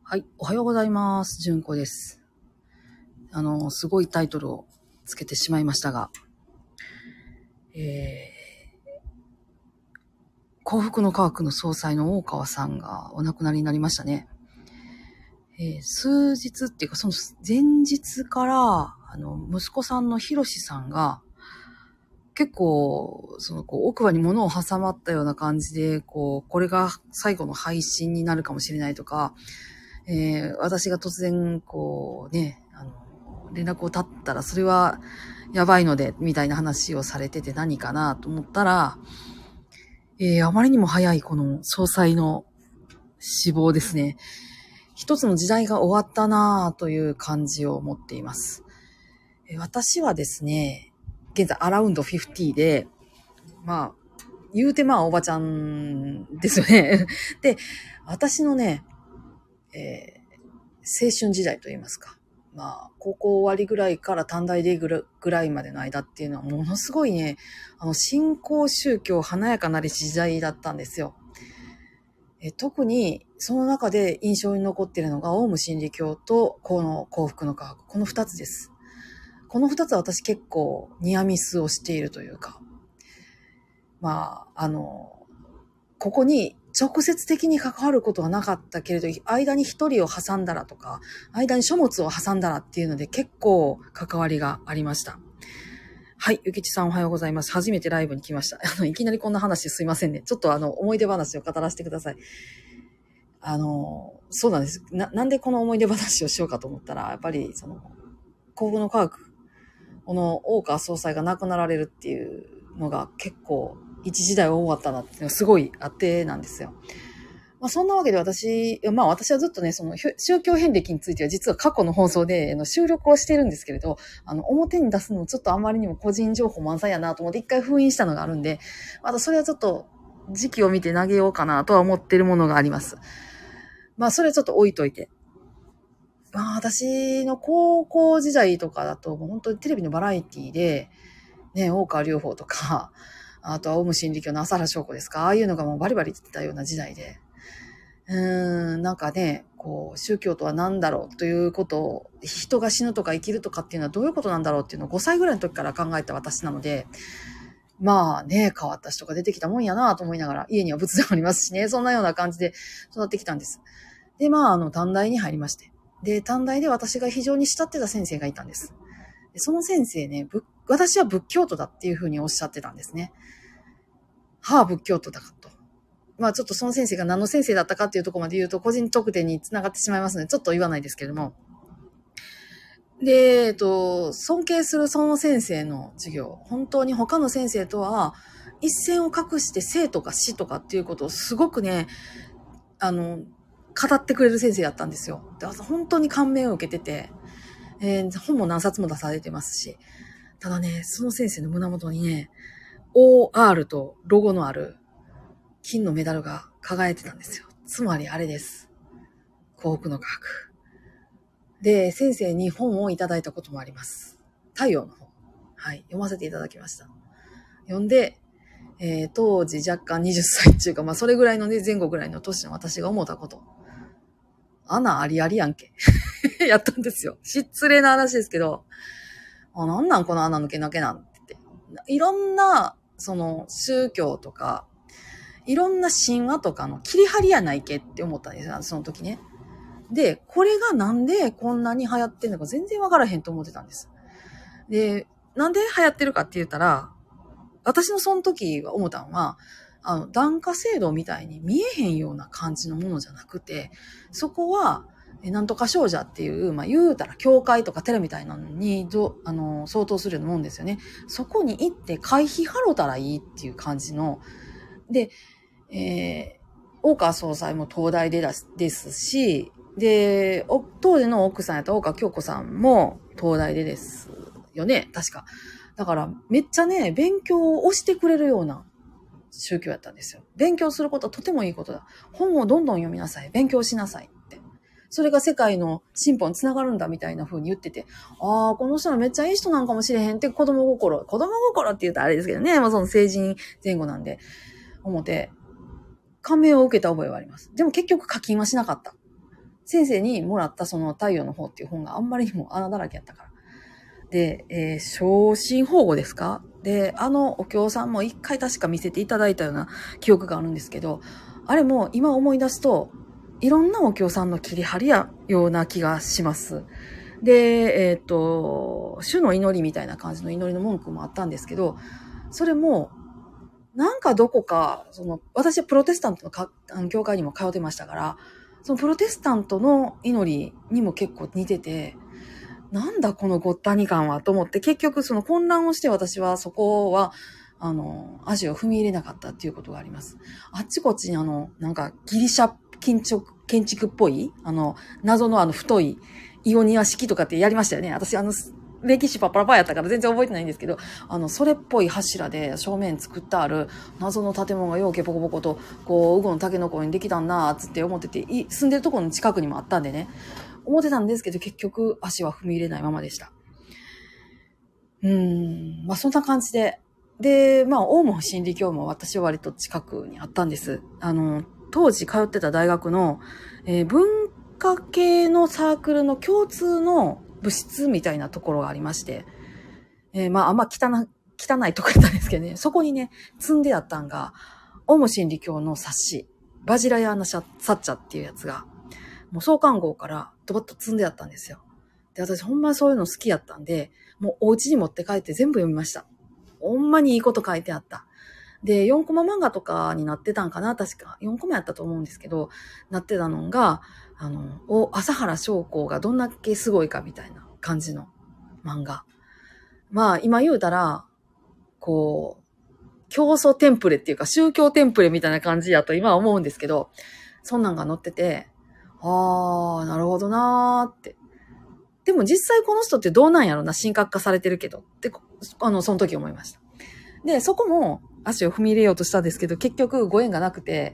はい、おはようございます。じゅんこです。すごいタイトルをつけてしまいましたが、幸福の科学の総裁の大川さんがお亡くなりになりましたね。数日っていうか、その前日から、息子さんのひろしさんが、結構、奥歯に物を挟まったような感じで、これが最後の配信になるかもしれないとか、私が突然、連絡を絶ったら、それはやばいので、みたいな話をされてて何かなと思ったら、あまりにも早いこの総裁の死亡ですね。一つの時代が終わったなという感じを持っています。私はですね、現在アラウンド50で、言うておばちゃんですよね。で、私のね、青春時代といいますか。高校終わりぐらいから短大でぐらいまでの間っていうのはものすごいね、新興宗教華やかなり時代だったんですよ。特にその中で印象に残っているのがオウム真理教とこの幸福の科学。この二つです。この二つは私結構ニアミスをしているというか、ここに直接的に関わることはなかったけれど、間に一人を挟んだらとか、間に書物を挟んだらっていうので結構関わりがありました。はい、ゆきちさんおはようございます。初めてライブに来ました。いきなりこんな話すいませんね。ちょっと思い出話を語らせてください。そうなんです。なんでこの思い出話をしようかと思ったら、やっぱり幸福の科学、この大川総裁が亡くなられるっていうのが結構一時代終わったなっていうのがすごいあってなんですよ。そんなわけで私はずっとね、その宗教遍歴については実は過去の放送で収録をしてるんですけれど、表に出すのもちょっとあんまりにも個人情報満載やなと思って一回封印したのがあるんで、またそれはちょっと時期を見て投げようかなとは思ってるものがあります。それはちょっと置いといて。私の高校時代とかだと、もう本当にテレビのバラエティで、ね、大川隆法とか、あとはオウム真理教の浅原翔子ですか、ああいうのがもうバリバリ出てたような時代で、なんかね、宗教とは何だろうということを、人が死ぬとか生きるとかっていうのはどういうことなんだろうっていうのを5歳ぐらいの時から考えた私なので、変わった人が出てきたもんやなと思いながら、家には仏像ありますしね、そんなような感じで育ってきたんです。で、短大に入りまして。で、短大で私が非常に慕ってた先生がいたんです。でその先生ね、私は仏教徒だっていうふうにおっしゃってたんですね。仏教徒だと。ちょっとその先生が何の先生だったかっていうところまで言うと、個人特定につながってしまいますので、ちょっと言わないですけれども。で、尊敬するその先生の授業、本当に他の先生とは、一線を画して生とか死とかっていうことをすごくね、語ってくれる先生だったんですよ。で本当に感銘を受けてて、本も何冊も出されてますし。ただね、その先生の胸元にね、OR とロゴのある金のメダルが輝いてたんですよ。つまりあれです。幸福の科学。で、先生に本をいただいたこともあります。太陽の本。はい、読ませていただきました。読んで、当時若干20歳っていうか、それぐらいのね、前後ぐらいの年の私が思ったこと。穴ありありやんけ。やったんですよ。失礼な話ですけど、なんなんこの穴抜けなけなんて。いろんな、宗教とか、いろんな神話とかの切り張りやないけって思ったんですよ、その時ね。で、これがなんでこんなに流行ってんのか全然わからへんと思ってたんです。で、なんで流行ってるかって言ったら、私のその時思ったのは、檀家制度みたいに見えへんような感じのものじゃなくて、そこは、なんとか少女っていう、言うたら教会とか寺みたいなのに相当するようなもんですよね。そこに行って会費払うたらいいっていう感じの。で、大川総裁も東大ですし、で、当時の奥さんやった大川京子さんも東大ですよね、確か。だからめっちゃね、勉強を押してくれるような宗教やったんですよ。勉強することはとてもいいことだ。本をどんどん読みなさい。勉強しなさいって。それが世界の進歩につながるんだみたいな風に言ってて、この人はめっちゃいい人なんかもしれへんって子供心って言うとあれですけどね、その成人前後なんで、思って、感銘を受けた覚えはあります。でも結局課金はしなかった。 先生にもらったその太陽の方っていう本があんまりにも穴だらけやったから。で、昇進保護ですか？で、お経さんも一回確か見せていただいたような記憶があるんですけど、あれも今思い出すと、いろんなお経さんの切り張りやような気がします。で、主の祈りみたいな感じの祈りの文句もあったんですけど、それも、なんかどこか、私はプロテスタントの教会にも通ってましたから、そのプロテスタントの祈りにも結構似てて、なんだこのごったに感はと思って、結局その混乱をして私はそこは、足を踏み入れなかったっていうことがあります。あっちこっちになんかギリシャ建築っぽい、謎の太いイオニア式とかってやりましたよね。私歴史パッパラパーやったから全然覚えてないんですけど、それっぽい柱で正面作ってある謎の建物がようけポコポコと、こう、ウゴのタケノコにできたんなーつって思ってて、住んでるところの近くにもあったんでね、思ってたんですけど、結局足は踏み入れないままでした。まあそんな感じで。で、まあ、オウム真理教も私は割と近くにあったんです。当時通ってた大学の、文化系のサークルの共通の部室みたいなところがありまして、まあ、あんま汚いところだったんですけどね、そこにね、積んであったんが、オウム真理教の冊子、バジラヤーナサッチャっていうやつが、もう創刊号からドバッと積んであったんですよ。で、私ほんまそういうの好きやったんで、もうお家に持って帰って全部読みました。ほんまにいいこと書いてあった。で、4コマ漫画とかになってたんかな、確か。4コマやったと思うんですけど、なってたのが、朝原将校がどんだけすごいかみたいな感じの漫画。まあ、今言うたら、こう、教祖テンプレっていうか宗教テンプレみたいな感じやと今は思うんですけど、そんなんが載ってて、あー、なるほどなーって。でも実際この人ってどうなんやろな、神格化されてるけどって、その時思いました。で、そこも足を踏み入れようとしたんですけど、結局ご縁がなくて、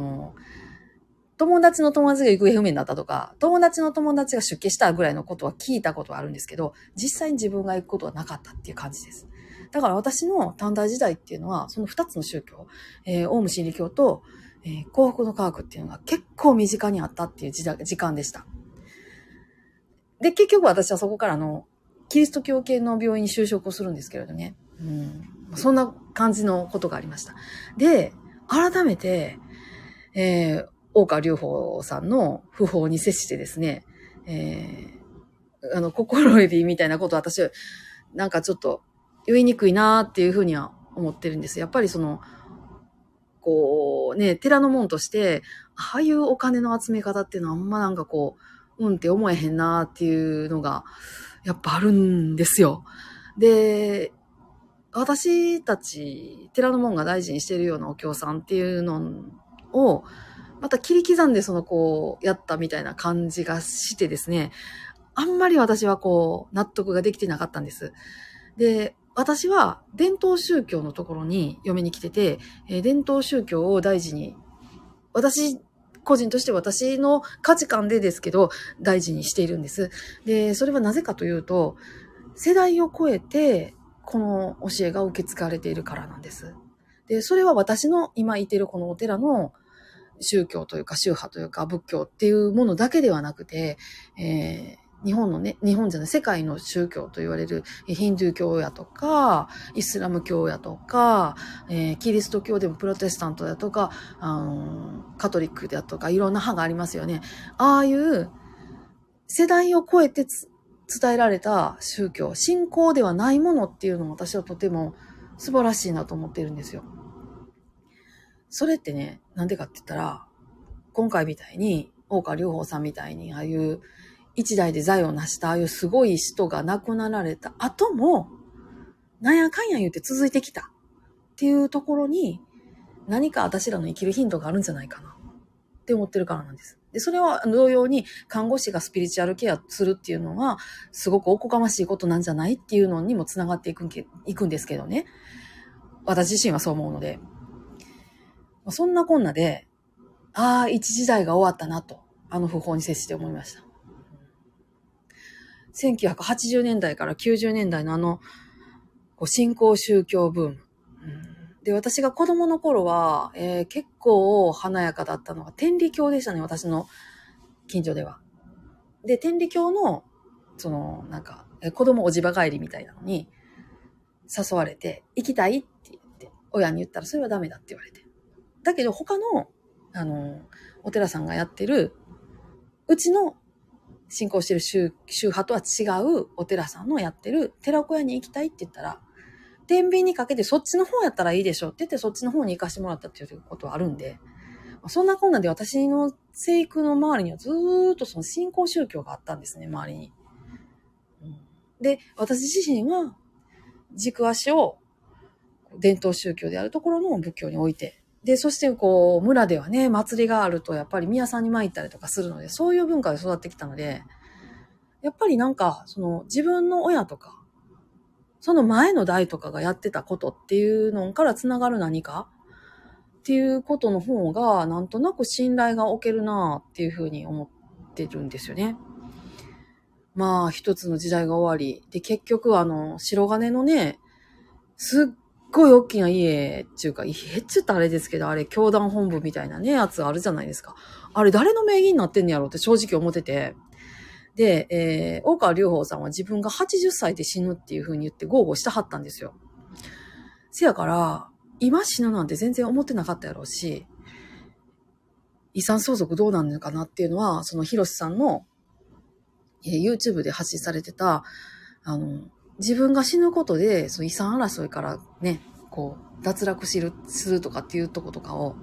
友達の友達が行方不明になったとか、友達の友達が出家したぐらいのことは聞いたことはあるんですけど、実際に自分が行くことはなかったっていう感じです。だから私の短大時代っていうのは、その二つの宗教、オウム真理教と、幸福の科学っていうのが結構身近にあったっていう時間でした。で、結局私はそこからキリスト教系の病院に就職をするんですけれどね。そんな感じのことがありました。で、改めて、大川隆法さんの訃報に接してですね、心得りみたいなことを私、なんかちょっと言いにくいなっていうふうには思ってるんです。やっぱりこうね、寺の門として、ああいうお金の集め方っていうのはあんまなんかこう、って思えへんなっていうのが、やっぱあるんですよ。で、私たち、寺の門が大事にしているようなお経さんっていうのを、また切り刻んでやったみたいな感じがしてですね、あんまり私は納得ができてなかったんです。で、私は伝統宗教のところに嫁に来てて、伝統宗教を大事に、個人として私の価値観でですけど、大事にしているんです。で、それはなぜかというと、世代を超えて、この教えが受け継がれているからなんです。で、それは私の今いているこのお寺の宗教というか宗派というか仏教っていうものだけではなくて、日本じゃない、世界の宗教と言われるヒンドゥー教やとか、イスラム教やとか、キリスト教でもプロテスタントやとか、カトリックだとか、いろんな派がありますよね。ああいう世代を超えて伝えられた宗教、信仰ではないものっていうのも私はとても素晴らしいなと思っているんですよ。それってね、なんでかって言ったら、今回みたいに、大川隆法さんみたいに、ああいう一代で財を成した、ああいうすごい人が亡くなられた後も、なんやかんや言って続いてきたっていうところに、何か私らの生きるヒントがあるんじゃないかなって思ってるからなんです。で、それは同様に看護師がスピリチュアルケアするっていうのは、すごくおこがましいことなんじゃないっていうのにもつながっていくんですけどね。私自身はそう思うので。そんなこんなで、一時代が終わったなと、訃報に接して思いました。1980年代から90年代の新興宗教ブーム。で、私が子供の頃は、結構華やかだったのが天理教でしたね、私の近所では。で、天理教の、なんか、子供おじば帰りみたいなのに誘われて、行きたいって言って、親に言ったらそれはダメだって言われて。だけど他の、お寺さんがやってる、うちの信仰してる宗派とは違うお寺さんのやってる寺子屋に行きたいって言ったら、天秤にかけてそっちの方やったらいいでしょって言ってそっちの方に行かしてもらったっていうことはあるんで、そんなこんなんで私の生育の周りにはずーっとその新興宗教があったんですね、周りに。で、私自身は軸足を伝統宗教であるところの仏教に置いて、で、そして村ではね、祭りがあるとやっぱり宮さんに参ったりとかするので、そういう文化で育ってきたので、やっぱりなんか、自分の親とか、その前の代とかがやってたことっていうのからつながる何かっていうことの方が、なんとなく信頼が置けるなっていうふうに思ってるんですよね。まあ、一つの時代が終わり。で、結局白金のね、すっごい大きな家っていうか、家って言ったらあれですけど、あれ、教団本部みたいなね、やつあるじゃないですか。あれ、誰の名義になってんねやろって正直思ってて。で、大川隆法さんは自分が80歳で死ぬっていう風に言って豪語したはったんですよ。せやから、今死ぬなんて全然思ってなかったやろうし、遺産相続どうなんのかなっていうのは、そのヒロシさんの、YouTube で発信されてた、自分が死ぬことで、その遺産争いからね、脱落するとかっていうとことかを、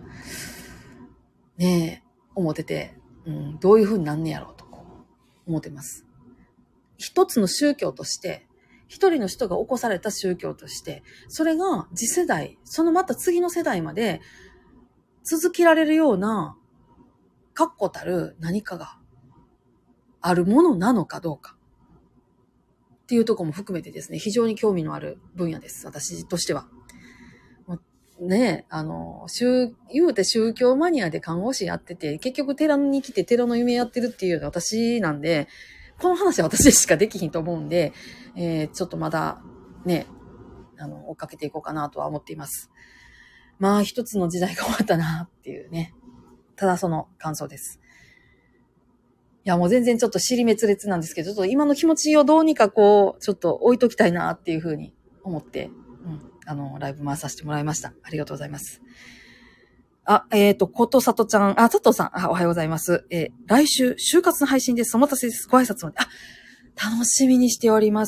ね、思ってて、どういう風になんねやろうと思ってます。一つの宗教として、一人の人が起こされた宗教として、それが次世代、そのまた次の世代まで続けられるような、確固たる何かがあるものなのかどうかっていうところも含めてですね、非常に興味のある分野です。私としては。ねえ、言うて宗教マニアで看護師やってて、結局寺に来て寺の夢やってるっていうのが私なんで、この話は私しかできひんと思うんで、ちょっとまだね、追っかけていこうかなとは思っています。まあ一つの時代が終わったなっていうね。ただその感想です。いやもう全然ちょっと尻滅裂なんですけど、ちょっと今の気持ちをどうにかちょっと置いときたいなっていうふうに思って、ライブ回させてもらいました。ありがとうございます。ことさとちゃん、佐藤さん、おはようございます。来週、就活の配信です。お待たせです。ご挨拶まで。楽しみにしております。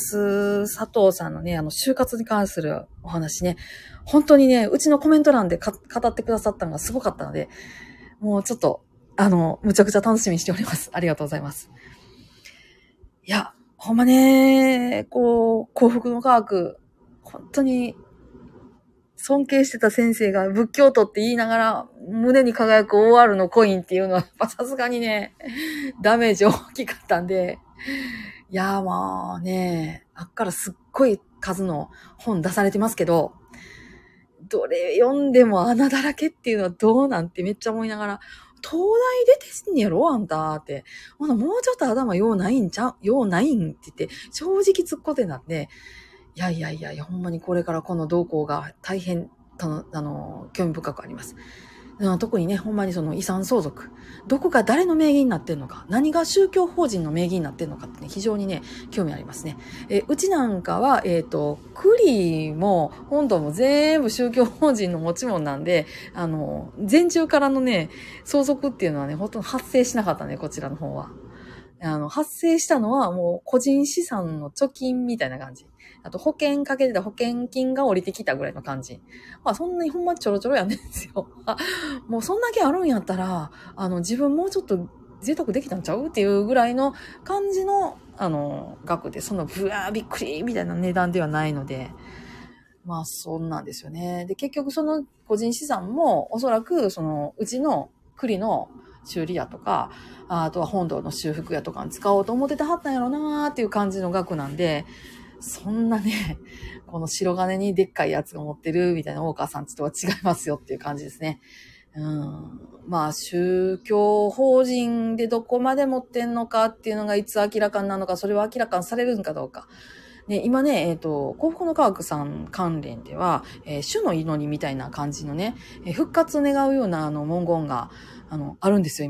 佐藤さんのね、就活に関するお話ね、本当にね、うちのコメント欄で語ってくださったのがすごかったので、もうちょっと、むちゃくちゃ楽しみにしております。ありがとうございます。いや、ほんまね、幸福の科学、本当に、尊敬してた先生が仏教徒って言いながら胸に輝く OR のコインっていうのはやっぱさすがにね、ダメージ大きかったんで、いやーまあね、あっからすっごい数の本出されてますけど、どれ読んでも穴だらけっていうのはどうなんてめっちゃ思いながら、東大出てんねやろあんたって。もうちょっと頭ようないんって言って、正直突っ込んでなんで、いや、ほんまにこれからこの動向が大変、興味深くあります。特にね、ほんまにその遺産相続。どこが誰の名義になってんのか、何が宗教法人の名義になってんのかってね、非常にね、興味ありますね。うちなんかは、栗も本堂も全部宗教法人の持ち物なんで、前中からのね、相続っていうのはね、本当に発生しなかったね、こちらの方は。発生したのはもう個人資産の貯金みたいな感じ。あと保険かけてた保険金が降りてきたぐらいの感じ。まあそんなにほんまちょろちょろやねんですよ。もうそんだけあるんやったら、自分もうちょっと贅沢できたんちゃうっていうぐらいの感じの、額で、そのぶわーびっくりみたいな値段ではないので、まあそんなんですよね。で、結局その個人資産もおそらくうちの栗の修理屋とか、あとは本堂の修復屋とかに使おうと思っててはったんやろなーっていう感じの額なんで、そんなね、この白金にでっかいやつが持ってるみたいな大川さんちとは違いますよっていう感じですね。まあ宗教法人でどこまで持ってんのかっていうのがいつ明らかになるのか、それは明らかにされるんかどうか。ね、今ね、幸福の科学さん関連では、主の祈りみたいな感じのね、復活を願うような文言が、あるんですよ、今。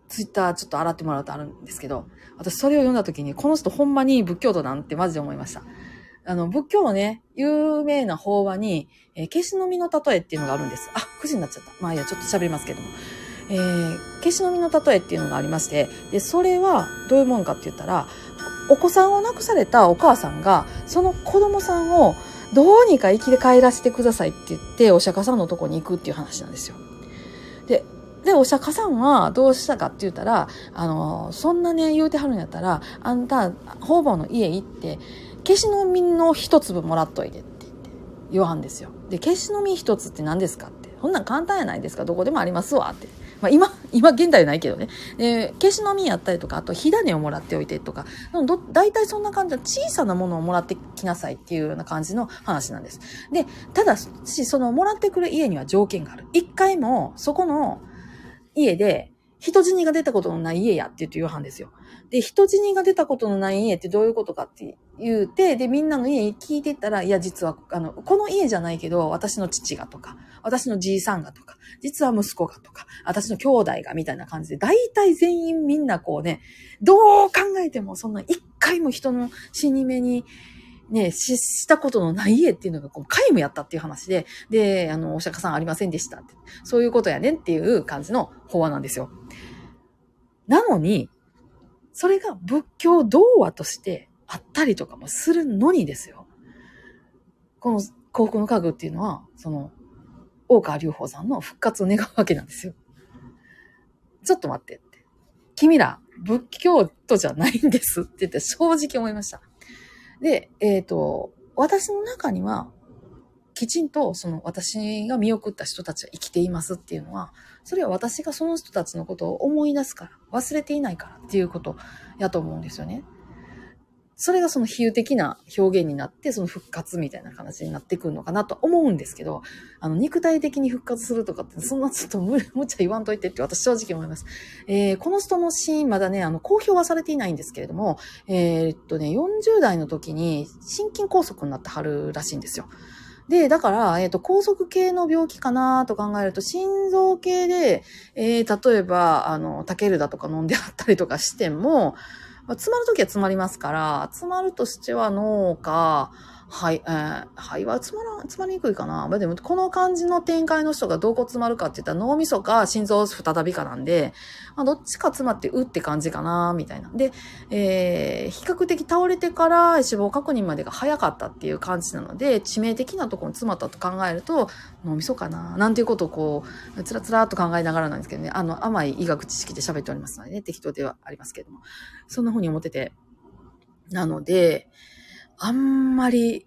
ツイッターちょっと洗ってもらうとあるんですけど、私それを読んだ時に、この人ほんまに仏教徒なんてマジで思いました。仏教のね、有名な法話に、ケシの実の例えっていうのがあるんです。あ、9時になっちゃった。まあいいや、ちょっと喋りますけども。ケシの実の例えっていうのがありまして、で、それはどういうもんかって言ったら、お子さんを亡くされたお母さんが、その子供さんをどうにか生きて帰らせてくださいって言って、お釈迦さんのとこに行くっていう話なんですよ。で、お釈迦さんはどうしたかって言ったら、そんなね、言うてはるんやったら、あんた、方々の家行って、ケシの実の一粒もらっといてって言わはんですよ。で、ケシの実一つって何ですかって。こんなん簡単やないですか。どこでもありますわって。まあ今現代はないけどね。ケシの実やったりとか、あと火種をもらっておいてとか、大体そんな感じで小さなものをもらってきなさいっていうような感じの話なんです。で、ただし、そのもらってくる家には条件がある。一回もそこの家で人死にが出たことのない家やって言うはんですよ。で、人死にが出たことのない家ってどういうことかって言うて、で、みんなの家聞いてったら、いや、実は、この家じゃないけど、私の父がとか、私のじいさんがとか、実は息子がとか、私の兄弟がみたいな感じで、大体全員みんなこうね、どう考えてもそんな一回も人の死に目に、ね、したことのない家っていうのがこう皆無やったっていう話で、で、お釈迦さんありませんでしたって。そういうことやねんっていう感じの法話なんですよ。なのに、それが仏教童話としてあったりとかもするのにですよ。この幸福の家具っていうのは、大川隆法さんの復活を願うわけなんですよ。ちょっと待ってって。君ら、仏教徒じゃないんですって言って正直思いました。で、私の中には、きちんと私が見送った人たちは生きていますっていうのは、それは私がその人たちのことを思い出すから、忘れていないからっていうことやと思うんですよね。それがその比喩的な表現になって、その復活みたいな形になってくるのかなと思うんですけど、肉体的に復活するとかって、そんなちょっと無茶言わんといてって私正直思います。この人のシーンまだね、公表はされていないんですけれども、40代の時に心筋梗塞になってはるらしいんですよ。で、だから、高速系の病気かなと考えると、心臓系で、例えば、タケルだとか飲んであったりとかしても、詰まるときは詰まりますから、詰まるとしては脳か、肺は詰まりにくいかな。でも、この感じの展開の人がどこ詰まるかって言ったら脳みそか心臓再びかなんで、どっちか詰まってって感じかな、みたいな。で、比較的倒れてから死亡確認までが早かったっていう感じなので、致命的なところに詰まったと考えると、脳みそかな、なんていうことをこう、つらつらっと考えながらなんですけどね、甘い医学知識で喋っておりますのでね、適当ではありますけれども。そんな風に思ってて。なので、あんまり、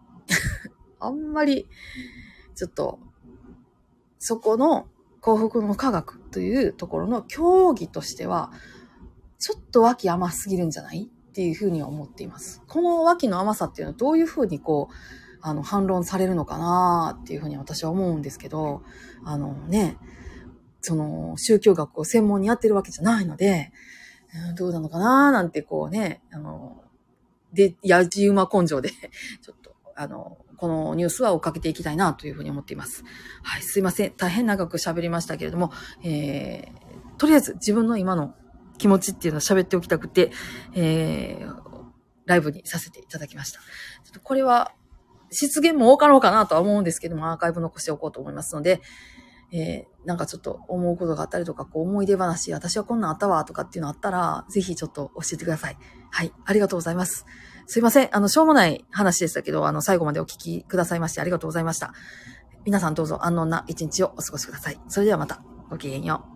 ちょっと、そこの幸福の科学というところの競技としては、ちょっと脇甘すぎるんじゃないっていうふうには思っています。この脇の甘さっていうのはどういうふうに反論されるのかなっていうふうに私は思うんですけど、宗教学を専門にやってるわけじゃないので、どうなのかななんてやじ馬根性で、ちょっと、このニュースは追っかけていきたいなというふうに思っています。はい、すいません。大変長く喋りましたけれども、とりあえず自分の今の気持ちっていうのを喋っておきたくて、ライブにさせていただきました。ちょっとこれは、失言も多かろうかなとは思うんですけども、アーカイブ残しておこうと思いますので、なんかちょっと思うことがあったりとか、思い出話、私はこんなんあったわとかっていうのあったら、ぜひちょっと教えてください。はい、ありがとうございます。すいません。しょうもない話でしたけど、最後までお聞きくださいましてありがとうございました。皆さんどうぞ安穏な一日をお過ごしください。それではまた、ごきげんよう。